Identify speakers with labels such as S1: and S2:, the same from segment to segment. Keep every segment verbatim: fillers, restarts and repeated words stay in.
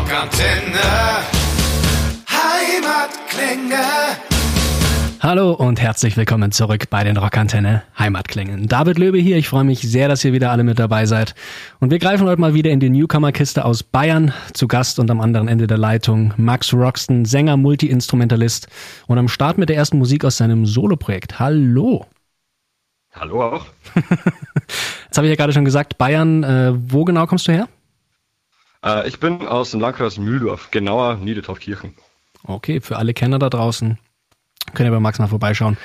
S1: Rockantenne Heimatklänge.
S2: Hallo und herzlich willkommen zurück bei den Rockantenne Heimatklängen. David Löbe hier, ich freue mich sehr, dass ihr wieder alle mit dabei seid. Und wir greifen heute mal wieder in die Newcomer-Kiste aus Bayern. Zu Gast und am anderen Ende der Leitung Max Roxton, Sänger, Multi-Instrumentalist und am Start mit der ersten Musik aus seinem Soloprojekt. Hallo.
S3: Hallo auch.
S2: Jetzt habe ich ja gerade schon gesagt, Bayern, äh, wo genau kommst du her?
S3: Äh, ich bin aus dem Landkreis Mühldorf, genauer Niedertorfkirchen.
S2: Okay, für alle Kenner da draußen. Könnt ihr bei Max mal vorbeischauen.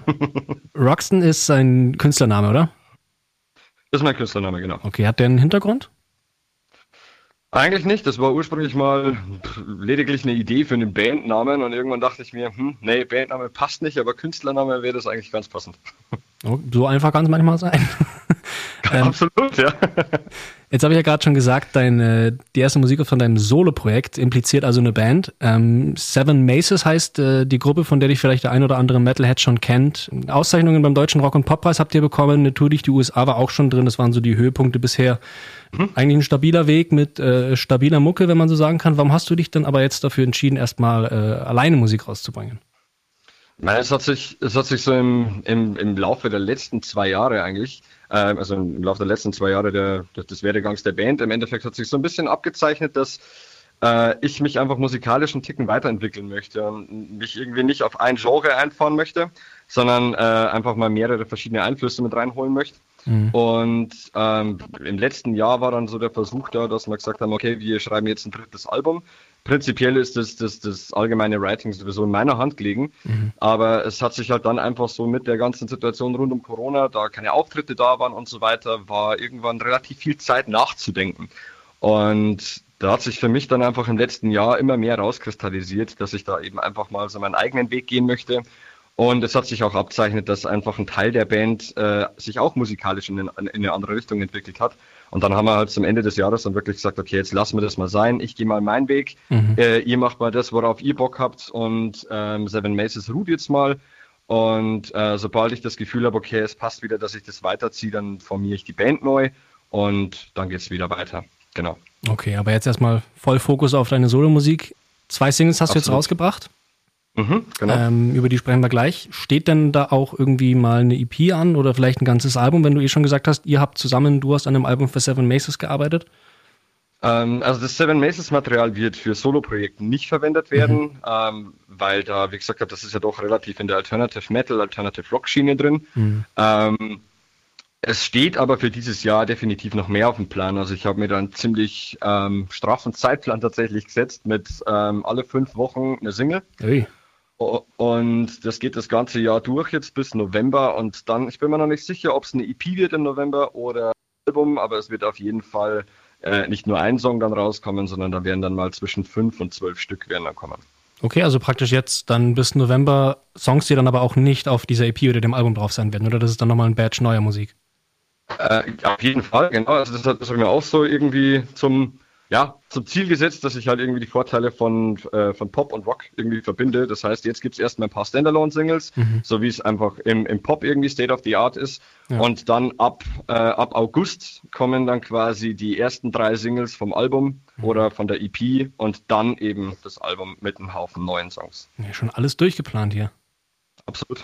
S2: Roxton ist ein Künstlername, oder?
S3: Das ist mein Künstlername, genau.
S2: Okay, hat der einen Hintergrund?
S3: Eigentlich nicht, das war ursprünglich mal lediglich eine Idee für einen Bandnamen und irgendwann dachte ich mir, hm, nee, Bandname passt nicht, aber Künstlername wäre das eigentlich ganz passend.
S2: Oh, so einfach kann es manchmal sein. ähm,
S3: Absolut, ja.
S2: Jetzt habe ich ja gerade schon gesagt, deine, die erste Musik von deinem Solo-Projekt impliziert also eine Band. Ähm, Seven Maces heißt äh, die Gruppe, von der dich vielleicht der ein oder andere Metalhead schon kennt. Auszeichnungen beim Deutschen Rock- und Poppreis habt ihr bekommen. Eine Tour durch die U S A war auch schon drin. Das waren so die Höhepunkte bisher. Mhm. Eigentlich ein stabiler Weg mit äh, stabiler Mucke, wenn man so sagen kann. Warum hast du dich denn aber jetzt dafür entschieden, erstmal äh, alleine Musik rauszubringen?
S3: Nein, es hat sich, es hat sich so im, im, im Laufe der letzten zwei Jahre eigentlich, äh, also im Laufe der letzten zwei Jahre der, des Werdegangs der Band, im Endeffekt hat sich so ein bisschen abgezeichnet, dass äh, ich mich einfach musikalisch einen Ticken weiterentwickeln möchte und mich irgendwie nicht auf ein Genre einfahren möchte, sondern äh, einfach mal mehrere verschiedene Einflüsse mit reinholen möchte. Mhm. Und ähm, im letzten Jahr war dann so der Versuch da, dass wir gesagt haben, okay, wir schreiben jetzt ein drittes Album. Prinzipiell ist das, das, das allgemeine Writing sowieso in meiner Hand gelegen, mhm. aber es hat sich halt dann einfach so mit der ganzen Situation rund um Corona, da keine Auftritte da waren und so weiter, war irgendwann relativ viel Zeit nachzudenken. Und da hat sich für mich dann einfach im letzten Jahr immer mehr rauskristallisiert, dass ich da eben einfach mal so meinen eigenen Weg gehen möchte. Und es hat sich auch abzeichnet, dass einfach ein Teil der Band äh, sich auch musikalisch in, in eine andere Richtung entwickelt hat. Und dann haben wir halt zum Ende des Jahres dann wirklich gesagt, okay, jetzt lassen wir das mal sein. Ich gehe mal meinen Weg. Mhm. Äh, ihr macht mal das, worauf ihr Bock habt. Und ähm, Seven Maces ruht jetzt mal. Und äh, sobald ich das Gefühl habe, okay, es passt wieder, dass ich das weiterziehe, dann formiere ich die Band neu. Und dann geht's wieder weiter. Genau.
S2: Okay, aber jetzt erstmal voll Fokus auf deine Solomusik. Zwei Singles hast Absolut. du jetzt rausgebracht.
S3: Mhm, genau.
S2: Ähm, über die sprechen wir gleich. Steht denn da auch irgendwie mal eine E P an oder vielleicht ein ganzes Album, wenn du eh schon gesagt hast, ihr habt zusammen, du hast an einem Album für Seven Maces gearbeitet?
S3: Ähm, also das Seven Maces Material wird für Solo-Projekte nicht verwendet werden, mhm. ähm, weil da, wie gesagt, das ist ja doch relativ in der Alternative Metal, Alternative Rock Schiene drin. Mhm. Ähm, es steht aber für dieses Jahr definitiv noch mehr auf dem Plan. Also ich habe mir da einen ziemlich ähm, straffen Zeitplan tatsächlich gesetzt mit ähm, alle fünf Wochen eine Single. Hey. Und das geht das ganze Jahr durch jetzt bis November und dann, ich bin mir noch nicht sicher, ob es eine E P wird im November oder ein Album, aber es wird auf jeden Fall äh, nicht nur ein Song dann rauskommen, sondern da werden dann mal zwischen fünf und zwölf Stück werden dann kommen.
S2: Okay, also praktisch jetzt dann bis November Songs, die dann aber auch nicht auf dieser E P oder dem Album drauf sein werden, oder das ist dann nochmal ein Batch neuer Musik?
S3: Äh, auf jeden Fall, genau. Also das, das habe ich mir auch so irgendwie zum Ja, zum Ziel gesetzt, dass ich halt irgendwie die Vorteile von, äh, von Pop und Rock irgendwie verbinde. Das heißt, jetzt gibt's erstmal ein paar Standalone-Singles, mhm. so wie es einfach im, im Pop irgendwie State of the Art ist. Ja. Und dann ab, äh, ab August kommen dann quasi die ersten drei Singles vom Album mhm. oder von der E P und dann eben das Album mit einem Haufen neuen Songs.
S2: Ja, schon alles durchgeplant hier.
S3: Absolut.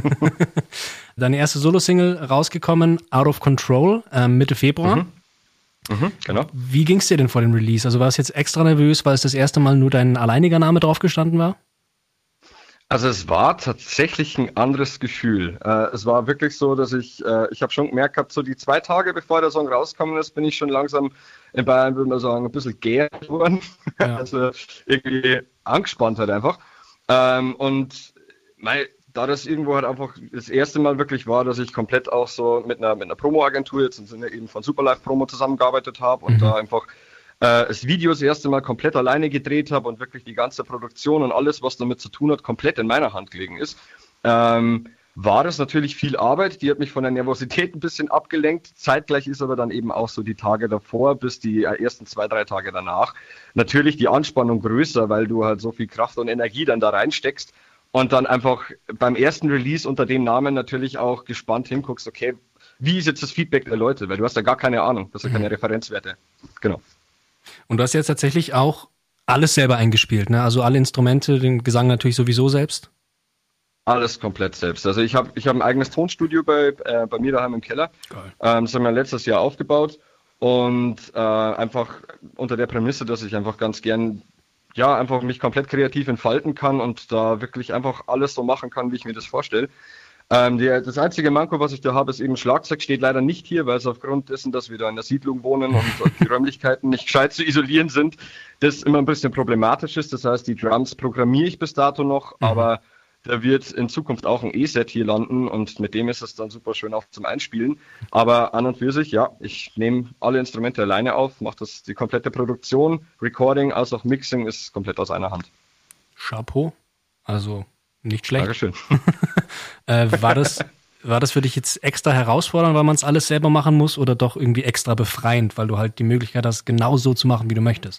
S2: Deine erste Solo-Single rausgekommen, Out of Control, äh, Mitte Februar.
S3: Mhm. Mhm, genau.
S2: Wie ging es dir denn vor dem Release? Also war es jetzt extra nervös, weil es das erste Mal nur dein alleiniger Name drauf gestanden war?
S3: Also es war tatsächlich ein anderes Gefühl. Äh, es war wirklich so, dass ich, äh, ich habe schon gemerkt gehabt, so die zwei Tage bevor der Song rausgekommen ist, bin ich schon langsam in Bayern, würde man sagen, ein bisschen gär geworden. Ja. Also irgendwie angespannt halt einfach. Ähm, und mein Da das irgendwo halt einfach das erste Mal wirklich war, dass ich komplett auch so mit einer, mit einer Promo-Agentur jetzt im Sinne eben von Superlife Promo zusammengearbeitet habe und mhm. da einfach äh, das Video das erste Mal komplett alleine gedreht habe und wirklich die ganze Produktion und alles, was damit zu tun hat, komplett in meiner Hand gelegen ist, ähm, war das natürlich viel Arbeit. Die hat mich von der Nervosität ein bisschen abgelenkt. Zeitgleich ist aber dann eben auch so die Tage davor bis die ersten zwei, drei Tage danach natürlich die Anspannung größer, weil du halt so viel Kraft und Energie dann da reinsteckst. Und dann einfach beim ersten Release unter dem Namen natürlich auch gespannt hinguckst, okay, wie ist jetzt das Feedback der Leute? Weil du hast ja gar keine Ahnung, du hast ja keine Referenzwerte. Genau.
S2: Und du hast jetzt tatsächlich auch Alles selber eingespielt, ne? Also alle Instrumente, den Gesang natürlich sowieso selbst?
S3: Alles komplett selbst. Also ich habe ich hab ein eigenes Tonstudio bei, äh, bei mir daheim im Keller.
S2: Geil.
S3: Ähm, das haben wir letztes Jahr aufgebaut und äh, einfach unter der Prämisse, dass ich einfach ganz gern, ja, einfach mich komplett kreativ entfalten kann und da wirklich einfach alles so machen kann, wie ich mir das vorstelle. Ähm, die, das einzige Manko, was ich da habe, ist eben Schlagzeug, steht leider nicht hier, weil es aufgrund dessen, dass wir da in der Siedlung wohnen und die Räumlichkeiten nicht gescheit zu isolieren sind, das immer ein bisschen problematisch ist. Das heißt, die Drums programmiere ich bis dato noch, mhm. aber da wird in Zukunft auch ein E-Set hier landen und mit dem ist es dann super schön auch zum Einspielen. Aber an und für sich, ja, ich nehme alle Instrumente alleine auf, mache das die komplette Produktion, Recording als auch Mixing ist komplett aus einer Hand.
S2: Chapeau, also nicht schlecht.
S3: Dankeschön.
S2: äh, war das, war das für dich jetzt extra herausfordernd, weil man es alles selber machen muss oder doch irgendwie extra befreiend, weil du halt die Möglichkeit hast, genau so zu machen, wie du möchtest?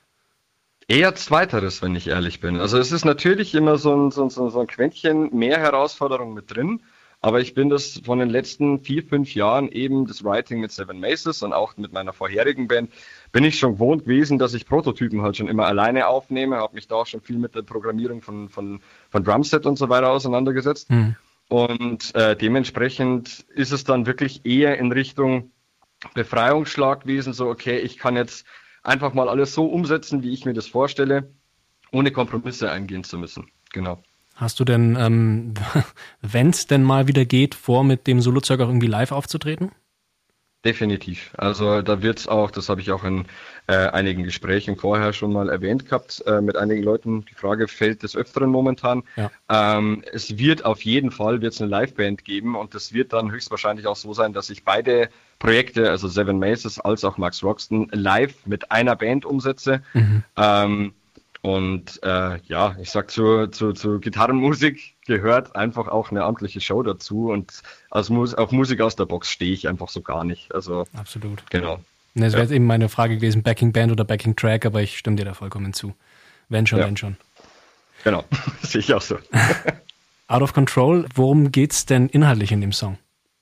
S3: Eher zweiteres, wenn ich ehrlich bin. Also es ist natürlich immer so ein, so, ein, so ein Quäntchen mehr Herausforderung mit drin, aber ich bin das von den letzten vier, fünf Jahren eben das Writing mit Seven Maces und auch mit meiner vorherigen Band bin ich schon gewohnt gewesen, dass ich Prototypen halt schon immer alleine aufnehme, habe mich da auch schon viel mit der Programmierung von, von, von Drumset und so weiter auseinandergesetzt mhm. und äh, dementsprechend ist es dann wirklich eher in Richtung Befreiungsschlag gewesen, so okay, ich kann jetzt einfach mal alles so umsetzen, wie ich mir das vorstelle, ohne Kompromisse eingehen zu müssen. Genau.
S2: Hast du denn, ähm, wenn es denn mal wieder geht, vor, mit dem Solozeug auch irgendwie live aufzutreten?
S3: Definitiv. Also da wird es auch, das habe ich auch in äh, einigen Gesprächen vorher schon mal erwähnt gehabt, äh, mit einigen Leuten, die Frage fällt des Öfteren momentan. Ja. Ähm, es wird auf jeden Fall wird's eine Liveband geben und das wird dann höchstwahrscheinlich auch so sein, dass ich beide Projekte, also Seven Maces als auch Max Roxton, live mit einer Band umsetze. Mhm. Ähm, und äh, ja, ich sag zu, zu, zu Gitarrenmusik gehört einfach auch eine amtliche Show dazu und als Mus- auf Musik aus der Box stehe ich einfach so gar nicht. Also
S2: absolut.
S3: Genau.
S2: Ne, das wäre
S3: ja.
S2: jetzt eben meine Frage gewesen, Backing Band oder Backing Track, aber ich stimme dir da vollkommen zu. Wenn schon,
S3: ja.
S2: wenn schon.
S3: Genau, sehe ich auch so.
S2: Out of Control, worum geht's denn inhaltlich in dem Song?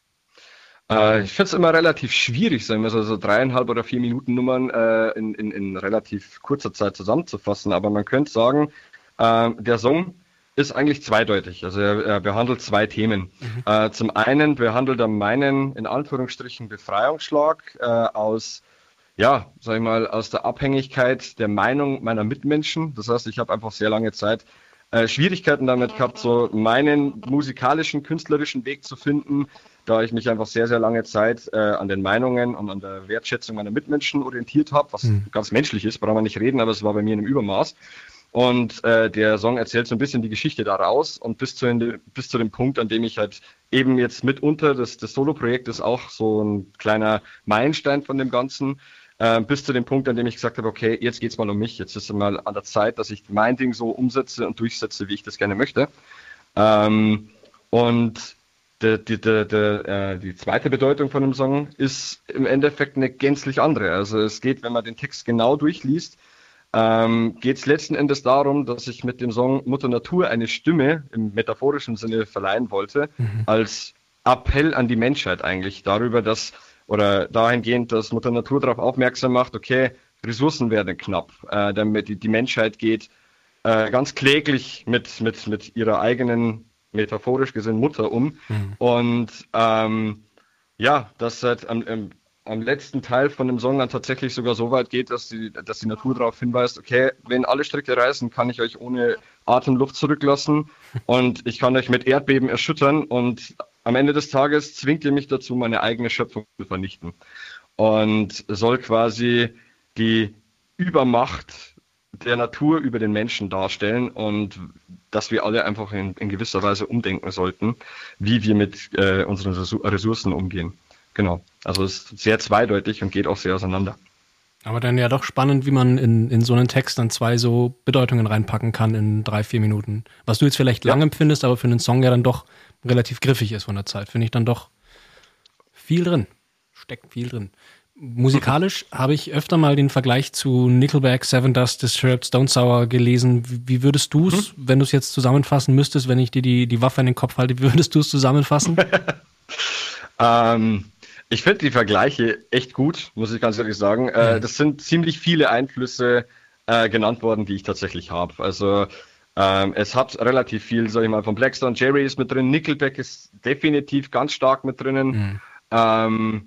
S3: Äh, ich finde es immer relativ schwierig, sagen wir so, so dreieinhalb oder vier Minuten Nummern äh, in, in, in relativ kurzer Zeit zusammenzufassen. Aber man könnte sagen, äh, der Song ist eigentlich zweideutig. Also er, er behandelt zwei Themen. Mhm. Äh, zum einen behandelt er meinen, in Anführungsstrichen, Befreiungsschlag äh, aus, ja, sag ich mal, aus der Abhängigkeit der Meinung meiner Mitmenschen. Das heißt, ich habe einfach sehr lange Zeit äh, Schwierigkeiten damit gehabt, so meinen musikalischen, künstlerischen Weg zu finden, da ich mich einfach sehr, sehr lange Zeit äh, an den Meinungen und an der Wertschätzung meiner Mitmenschen orientiert habe, was mhm. ganz menschlich ist, brauchen wir nicht reden, aber es war bei mir in einem Übermaß. Und äh, der Song erzählt so ein bisschen die Geschichte daraus und bis zu, in, bis zu dem Punkt, an dem ich halt eben jetzt mitunter, das, das Solo-Projekt ist auch so ein kleiner Meilenstein von dem Ganzen, äh, bis zu dem Punkt, an dem ich gesagt habe, okay, jetzt geht's mal um mich, jetzt ist es mal an der Zeit, dass ich mein Ding so umsetze und durchsetze, wie ich das gerne möchte. Ähm, und Die, die, die, die, die zweite Bedeutung von dem Song ist im Endeffekt eine gänzlich andere. Also es geht, wenn man den Text genau durchliest, ähm, geht es letzten Endes darum, dass ich mit dem Song Mutter Natur eine Stimme im metaphorischen Sinne verleihen wollte, mhm. als Appell an die Menschheit eigentlich darüber, dass, oder dahingehend, dass Mutter Natur darauf aufmerksam macht, okay, Ressourcen werden knapp, äh, damit die, die Menschheit geht äh, ganz kläglich mit, mit, mit ihrer eigenen metaphorisch gesehen Mutter um. Mhm. Und ähm, ja, das halt am, am, am letzten Teil von dem Song dann tatsächlich sogar so weit geht, dass die, dass die Natur darauf hinweist, okay, wenn alle Stricke reißen, kann ich euch ohne Atemluft zurücklassen und ich kann euch mit Erdbeben erschüttern und am Ende des Tages zwingt ihr mich dazu, meine eigene Schöpfung zu vernichten. Und soll quasi die Übermacht der Natur über den Menschen darstellen und dass wir alle einfach in, in gewisser Weise umdenken sollten, wie wir mit äh, unseren Ressourcen umgehen. Genau, also es ist sehr zweideutig und geht auch sehr auseinander.
S2: Aber dann ja doch spannend, wie man in, in so einen Text dann zwei so Bedeutungen reinpacken kann in drei, vier Minuten. Was du jetzt vielleicht ja. lang empfindest, aber für einen Song ja dann doch relativ griffig ist von der Zeit. Finde ich dann doch viel drin. Steckt viel drin. Musikalisch habe ich öfter mal den Vergleich zu Nickelback, Seven Dust Disturbed, Stone Sour gelesen. Wie würdest du es, hm? wenn du es jetzt zusammenfassen müsstest, wenn ich dir die, die Waffe in den Kopf halte, wie würdest du es zusammenfassen?
S3: ähm, ich finde die Vergleiche echt gut, muss ich ganz ehrlich sagen. Äh, das sind ziemlich viele Einflüsse äh, genannt worden, die ich tatsächlich habe. Also ähm, es hat relativ viel, sag ich mal, von Blackstone, Jerry ist mit drin, Nickelback ist definitiv ganz stark mit drinnen. Mhm. Ähm,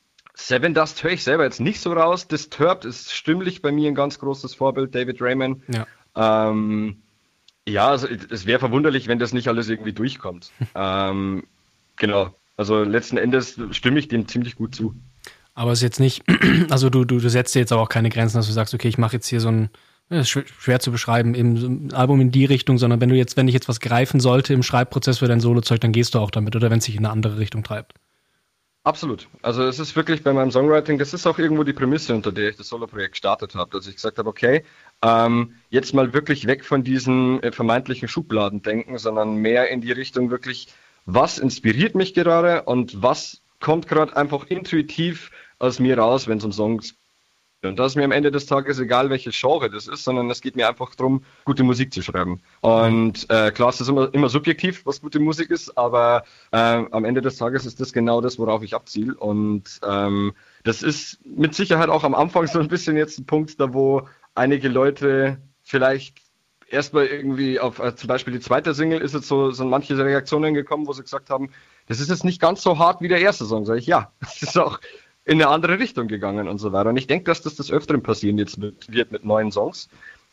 S3: Seven Dust höre ich selber jetzt nicht so raus. Disturbed ist stimmlich bei mir ein ganz großes Vorbild, David Raymond. Ja, ähm, ja also es wäre verwunderlich, wenn das nicht alles irgendwie durchkommt. ähm, genau, also letzten Endes stimme ich dem ziemlich gut zu.
S2: Aber es ist jetzt nicht, also du, du, du setzt dir jetzt aber auch keine Grenzen, dass du sagst, okay, ich mache jetzt hier so ein, das ist schwer, schwer zu beschreiben, eben so ein Album in die Richtung, sondern wenn du jetzt, wenn dich jetzt was greifen sollte im Schreibprozess für dein Solozeug, dann gehst du auch damit, oder wenn es sich in eine andere Richtung treibt.
S3: Absolut. Also es ist wirklich bei meinem Songwriting, das ist auch irgendwo die Prämisse, unter der ich das Solo-Projekt gestartet habe, dass ich gesagt habe, okay, ähm, jetzt mal wirklich weg von diesen äh, vermeintlichen Schubladendenken, sondern mehr in die Richtung wirklich, was inspiriert mich gerade und was kommt gerade einfach intuitiv aus mir raus, wenn es um Songs geht. Und da ist mir am Ende des Tages egal, welches Genre das ist, sondern es geht mir einfach darum, gute Musik zu schreiben. Und äh, klar, es ist immer, immer subjektiv, was gute Musik ist, aber äh, am Ende des Tages ist das genau das, worauf ich abziele. Und ähm, das ist mit Sicherheit auch am Anfang so ein bisschen jetzt ein Punkt, da wo einige Leute vielleicht erstmal irgendwie auf, äh, zum Beispiel die zweite Single ist jetzt so, sind manche Reaktionen gekommen, wo sie gesagt haben, das ist jetzt nicht ganz so hart wie der erste Song. Sag ich, ja, das ist auch in eine andere Richtung gegangen und so weiter. Und ich denke, dass das des Öfteren passieren jetzt mit, wird mit neuen Songs.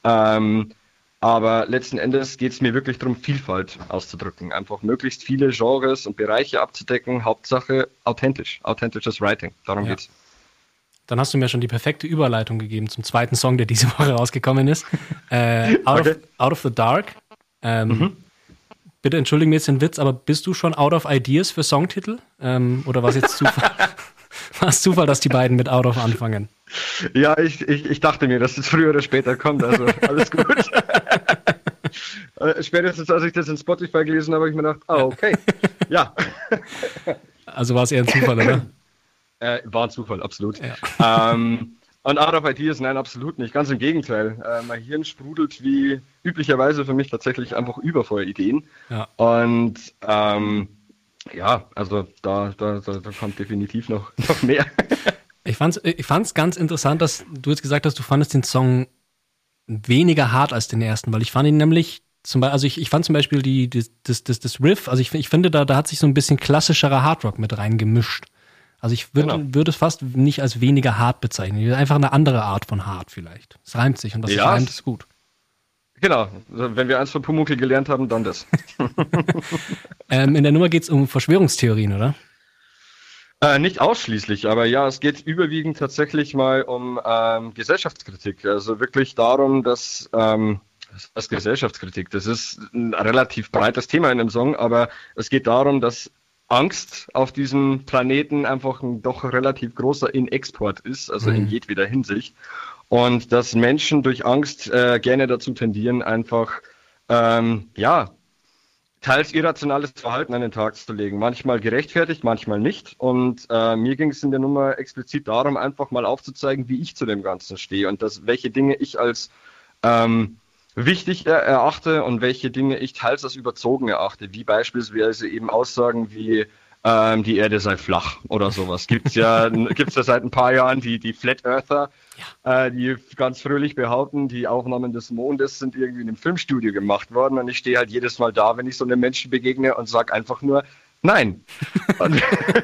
S3: Ähm, aber letzten Endes geht es mir wirklich darum, Vielfalt auszudrücken. Einfach möglichst viele Genres und Bereiche abzudecken. Hauptsache authentisch, authentisches Writing. Darum ja. geht's.
S2: Dann hast du mir schon die perfekte Überleitung gegeben zum zweiten Song, der diese Woche rausgekommen ist. Äh, Out, okay. of, Out of the Dark. Ähm, mhm. Bitte entschuldige mir jetzt den Witz, aber bist du schon out of ideas für Songtitel? Ähm, oder was jetzt Zufall? War es Zufall, dass die beiden mit Out of anfangen?
S3: Ja, ich, ich, ich dachte mir, dass es früher oder später kommt, also alles gut. Spätestens als ich das in Spotify gelesen habe, habe ich mir gedacht, oh, okay, ja.
S2: Also war es eher ein Zufall, oder?
S3: Äh, war ein Zufall, absolut. Ja. Ähm, und Out of Ideas, nein, absolut nicht, ganz im Gegenteil. Äh, mein Hirn sprudelt wie üblicherweise für mich tatsächlich einfach über vor Ideen. Ja. Und ähm, ja, also da, da, da, da kommt definitiv noch, noch mehr.
S2: Ich fand's, ich fand's ganz interessant, dass du jetzt gesagt hast, du fandest den Song weniger hart als den ersten, weil ich fand ihn nämlich, zum Beispiel, also ich, ich fand zum Beispiel die, das, das, das, das Riff, also ich, ich finde, da, da hat sich so ein bisschen klassischerer Hardrock mit reingemischt. Also ich würde genau. würde es fast nicht als weniger hart bezeichnen, einfach eine andere Art von hart vielleicht. Es reimt sich und was ja, sich reimt, ist gut.
S3: Genau, wenn wir eins von Pumuckl gelernt haben, dann das.
S2: ähm, in der Nummer geht es um Verschwörungstheorien, oder?
S3: Äh, nicht ausschließlich, aber ja, es geht überwiegend tatsächlich mal um ähm, Gesellschaftskritik. Also wirklich darum, dass ähm, das ist Gesellschaftskritik, das ist ein relativ breites Thema in dem Song, aber es geht darum, dass Angst auf diesem Planeten einfach ein doch relativ großer In-Export ist, also mhm. in jedweder Hinsicht. Und dass Menschen durch Angst äh, gerne dazu tendieren, einfach ähm, ja teils irrationales Verhalten an den Tag zu legen. Manchmal gerechtfertigt, manchmal nicht. Und äh, mir ging es in der Nummer explizit darum, einfach mal aufzuzeigen, wie ich zu dem Ganzen stehe und dass, welche Dinge ich als ähm, wichtig erachte und welche Dinge ich teils als überzogen erachte, wie beispielsweise eben Aussagen wie ähm, die Erde sei flach oder sowas. Gibt's ja, gibt's ja seit ein paar Jahren die, die Flat Earther, ja. äh, die ganz fröhlich behaupten, die Aufnahmen des Mondes sind irgendwie in einem Filmstudio gemacht worden und ich stehe halt jedes Mal da, wenn ich so einem Menschen begegne und sage einfach nur nein. und,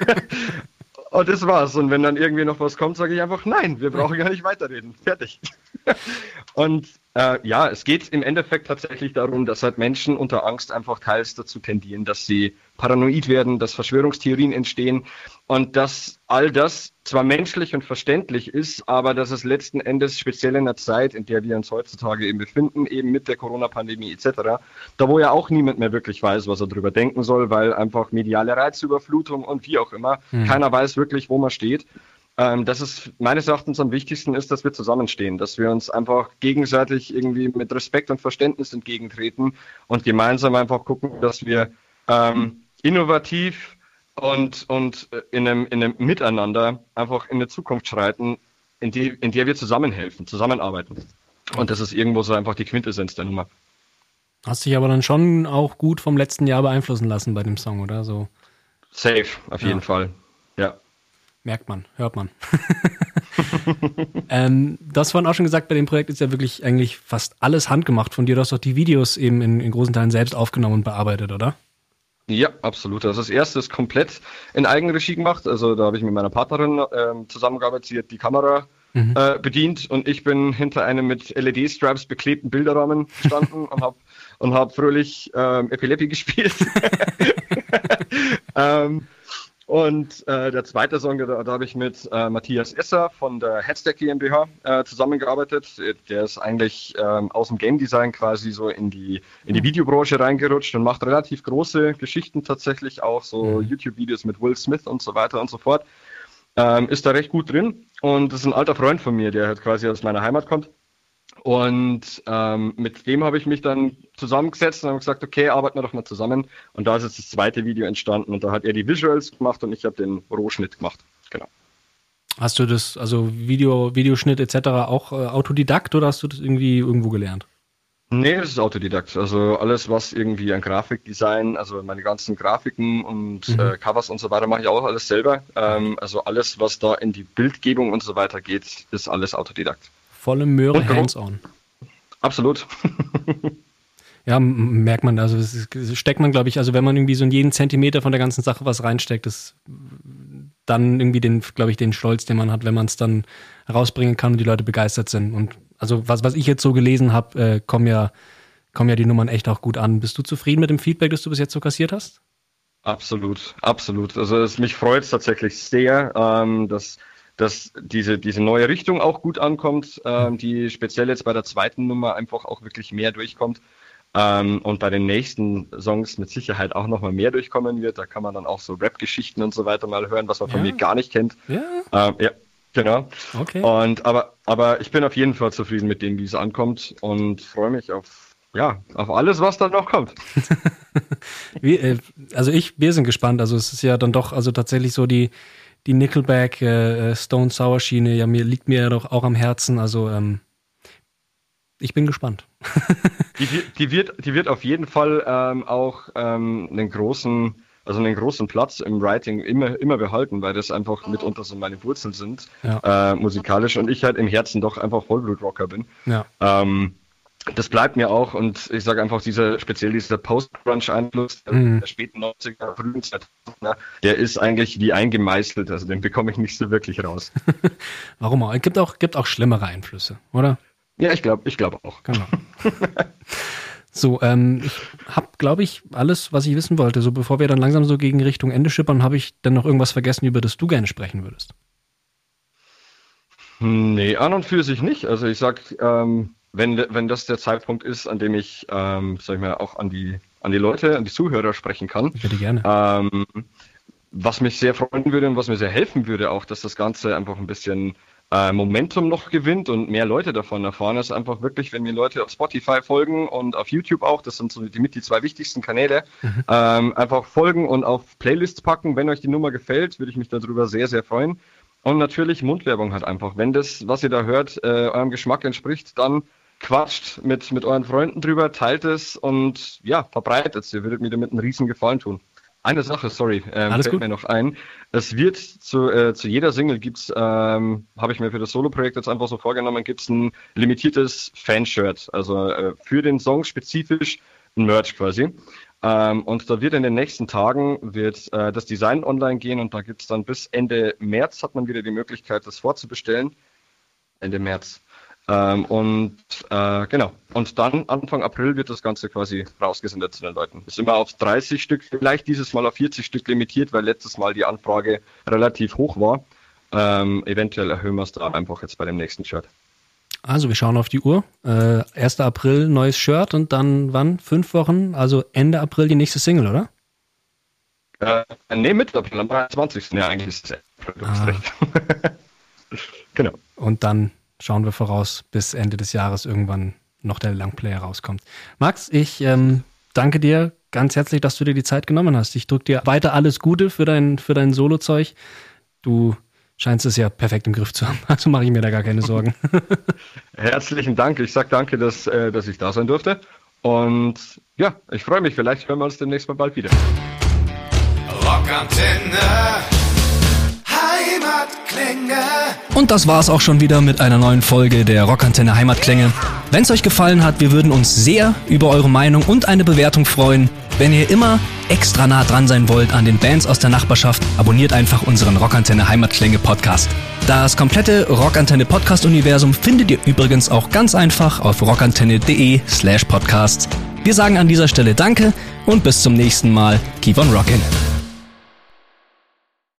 S3: und das war's. Und wenn dann irgendwie noch was kommt, sage ich einfach nein, wir brauchen gar nicht weiterreden. Fertig. Und äh, ja, es geht im Endeffekt tatsächlich darum, dass halt Menschen unter Angst einfach teils dazu tendieren, dass sie paranoid werden, dass Verschwörungstheorien entstehen und dass all das zwar menschlich und verständlich ist, aber dass es letzten Endes speziell in der Zeit, in der wir uns heutzutage eben befinden, eben mit der Corona-Pandemie et cetera, da wo ja auch niemand mehr wirklich weiß, was er drüber denken soll, weil einfach mediale Reizüberflutung und wie auch immer, mhm. keiner weiß wirklich, wo man steht. Ähm, dass es meines Erachtens am wichtigsten ist, dass wir zusammenstehen, dass wir uns einfach gegenseitig irgendwie mit Respekt und Verständnis entgegentreten und gemeinsam einfach gucken, dass wir ähm, innovativ und, und in, einem, in einem Miteinander einfach in eine Zukunft schreiten, in, die, in der wir zusammenhelfen, zusammenarbeiten. Und das ist irgendwo so einfach die Quintessenz der Nummer.
S2: Hast dich aber dann schon auch gut vom letzten Jahr beeinflussen lassen bei dem Song, oder? So.
S3: Safe, auf jeden ja. Fall, ja.
S2: Merkt man, hört man. ähm, du hast vorhin auch schon gesagt, bei dem Projekt ist ja wirklich eigentlich fast alles handgemacht von dir. Du hast doch die Videos eben in, in großen Teilen selbst aufgenommen und bearbeitet, oder?
S3: Ja, absolut. Also das erste ist komplett in Eigenregie gemacht. Also da habe ich mit meiner Partnerin ähm, zusammengearbeitet. Sie hat die Kamera mhm. äh, bedient und ich bin hinter einem mit L E D-Stripes beklebten Bilderrahmen gestanden und habe und hab fröhlich ähm, Epilepsie gespielt. ähm, Und äh, der zweite Song, da, da habe ich mit äh, Matthias Esser von der Headstack GmbH äh, zusammengearbeitet. Der ist eigentlich ähm, aus dem Game Design quasi so in die in die Videobranche reingerutscht und macht relativ große Geschichten tatsächlich, auch so mhm. YouTube-Videos mit Will Smith und so weiter und so fort. Ähm, ist da recht gut drin und das ist ein alter Freund von mir, der halt quasi aus meiner Heimat kommt. Und ähm, mit dem habe ich mich dann zusammengesetzt und habe gesagt, okay, arbeiten wir doch mal zusammen. Und da ist jetzt das zweite Video entstanden und da hat er die Visuals gemacht und ich habe den Rohschnitt gemacht. Genau.
S2: Hast du das, also Video, Videoschnitt et cetera auch äh, Autodidakt oder hast du das irgendwie irgendwo gelernt?
S3: Nee, das ist Autodidakt. Also alles, was irgendwie an Grafikdesign, also meine ganzen Grafiken und mhm. äh, Covers und so weiter mache ich auch alles selber. Ähm, also alles, was da in die Bildgebung und so weiter geht, ist alles Autodidakt.
S2: Volle Möhre, hands-on.
S3: Absolut.
S2: Ja, merkt man, also das steckt man, glaube ich, also wenn man irgendwie so in jeden Zentimeter von der ganzen Sache was reinsteckt, ist dann irgendwie den, glaube ich, den Stolz, den man hat, wenn man es dann rausbringen kann und die Leute begeistert sind. Und also was, was ich jetzt so gelesen habe, äh, kommen ja, kommen ja die Nummern echt auch gut an. Bist du zufrieden mit dem Feedback, das du bis jetzt so kassiert hast?
S3: Absolut, absolut. Also es, mich freut es tatsächlich sehr, ähm, dass dass diese diese neue Richtung auch gut ankommt, ähm, die speziell jetzt bei der zweiten Nummer einfach auch wirklich mehr durchkommt ähm, und bei den nächsten Songs mit Sicherheit auch nochmal mehr durchkommen wird. Da kann man dann auch so Rap-Geschichten und so weiter mal hören, was man ja. von mir gar nicht kennt.
S2: Ja,
S3: ähm, ja genau.
S2: Okay.
S3: Und aber aber ich bin auf jeden Fall zufrieden mit dem, wie es ankommt und freue mich auf ja auf alles, was dann noch kommt.
S2: Wie, äh, also ich, wir sind gespannt. Also es ist ja dann doch also tatsächlich so die Die Nickelback, äh, Stone Sour Schiene, ja, mir liegt mir ja doch auch am Herzen. Also ähm, ich bin gespannt.
S3: die, die wird, die wird auf jeden Fall ähm, auch ähm, einen großen, also einen großen Platz im Writing immer, immer behalten, weil das einfach mitunter so meine Wurzeln sind,
S2: ja.
S3: äh, musikalisch und ich halt im Herzen doch einfach Vollblutrocker bin.
S2: Ja.
S3: Ähm, Das bleibt mir auch und ich sage einfach, dieser speziell dieser Post-Grunge-Einfluss der,
S2: mhm.
S3: der späten neunziger, frühen zweitausender, der ist eigentlich wie eingemeißelt, also den bekomme ich nicht so wirklich raus.
S2: Warum auch? Es gibt auch, gibt auch schlimmere Einflüsse, oder?
S3: Ja, ich glaube ich glaube auch.
S2: Genau. So, ähm, ich habe, glaube ich, alles, was ich wissen wollte. So, bevor wir dann langsam so gegen Richtung Ende schippern, habe ich dann noch irgendwas vergessen, über das du gerne sprechen würdest?
S3: Nee, an und für sich nicht. Also ich sag, ähm, Wenn, wenn das der Zeitpunkt ist, an dem ich, ähm, sag ich mal, auch an die, an die Leute, an die Zuhörer sprechen kann.
S2: Ich hätte gerne.
S3: Ähm, was mich sehr freuen würde und was mir sehr helfen würde, auch, dass das Ganze einfach ein bisschen äh, Momentum noch gewinnt und mehr Leute davon erfahren, ist einfach wirklich, wenn mir Leute auf Spotify folgen und auf YouTube auch, das sind so die, mit die zwei wichtigsten Kanäle, mhm. ähm, einfach folgen und auf Playlists packen. Wenn euch die Nummer gefällt, würde ich mich darüber sehr, sehr freuen. Und natürlich Mundwerbung halt einfach. Wenn das, was ihr da hört, äh, eurem Geschmack entspricht, dann quatscht mit, mit euren Freunden drüber, teilt es und ja, verbreitet es. Ihr würdet mir damit einen riesen Gefallen tun. Eine Sache, sorry, ähm,
S2: Alles
S3: fällt
S2: gut.
S3: mir noch ein. Es wird zu, äh, zu jeder Single gibt's, ähm, habe ich mir für das Solo-Projekt jetzt einfach so vorgenommen, gibt's ein limitiertes Fanshirt. Also äh, für den Song spezifisch ein Merch quasi. Ähm, und da wird in den nächsten Tagen wird äh, das Design online gehen und da gibt's dann bis Ende März hat man wieder die Möglichkeit, das vorzubestellen. Ende März. Ähm, und äh, genau. Und dann Anfang April wird das Ganze quasi rausgesendet zu den Leuten. Ist immer auf dreißig Stück, vielleicht dieses Mal auf vierzig Stück limitiert, weil letztes Mal die Anfrage relativ hoch war. Ähm, eventuell erhöhen wir es da einfach jetzt bei dem nächsten Shirt.
S2: Also wir schauen auf die Uhr. Äh, erster April neues Shirt und dann wann? Fünf Wochen, also Ende April die nächste Single, oder?
S3: Äh, nee, Mitte April, am dreiundzwanzigsten Ja, eigentlich ist es April, du hast
S2: Ah.
S3: recht. Genau.
S2: Und dann schauen wir voraus, bis Ende des Jahres irgendwann noch der Langplayer rauskommt. Max, ich ähm, danke dir ganz herzlich, dass du dir die Zeit genommen hast. Ich drücke dir weiter alles Gute für dein, für dein Solo-Zeug. Du scheinst es ja perfekt im Griff zu haben, also mache ich mir da gar keine Sorgen.
S3: Herzlichen Dank. Ich sage danke, dass, äh, dass ich da sein durfte. Und ja, ich freue mich. Vielleicht hören wir uns demnächst mal bald wieder.
S1: Rockantenne, Heimatklingel. Heimatklänge.
S2: Und das war's auch schon wieder mit einer neuen Folge der Rockantenne Heimatklänge. Wenn es euch gefallen hat, wir würden uns sehr über eure Meinung und eine Bewertung freuen. Wenn ihr immer extra nah dran sein wollt an den Bands aus der Nachbarschaft, abonniert einfach unseren Rockantenne Heimatklänge Podcast. Das komplette Rockantenne Podcast-Universum findet ihr übrigens auch ganz einfach auf rockantenne.de slash podcasts. Wir sagen an dieser Stelle Danke und bis zum nächsten Mal. Keep on rockin'.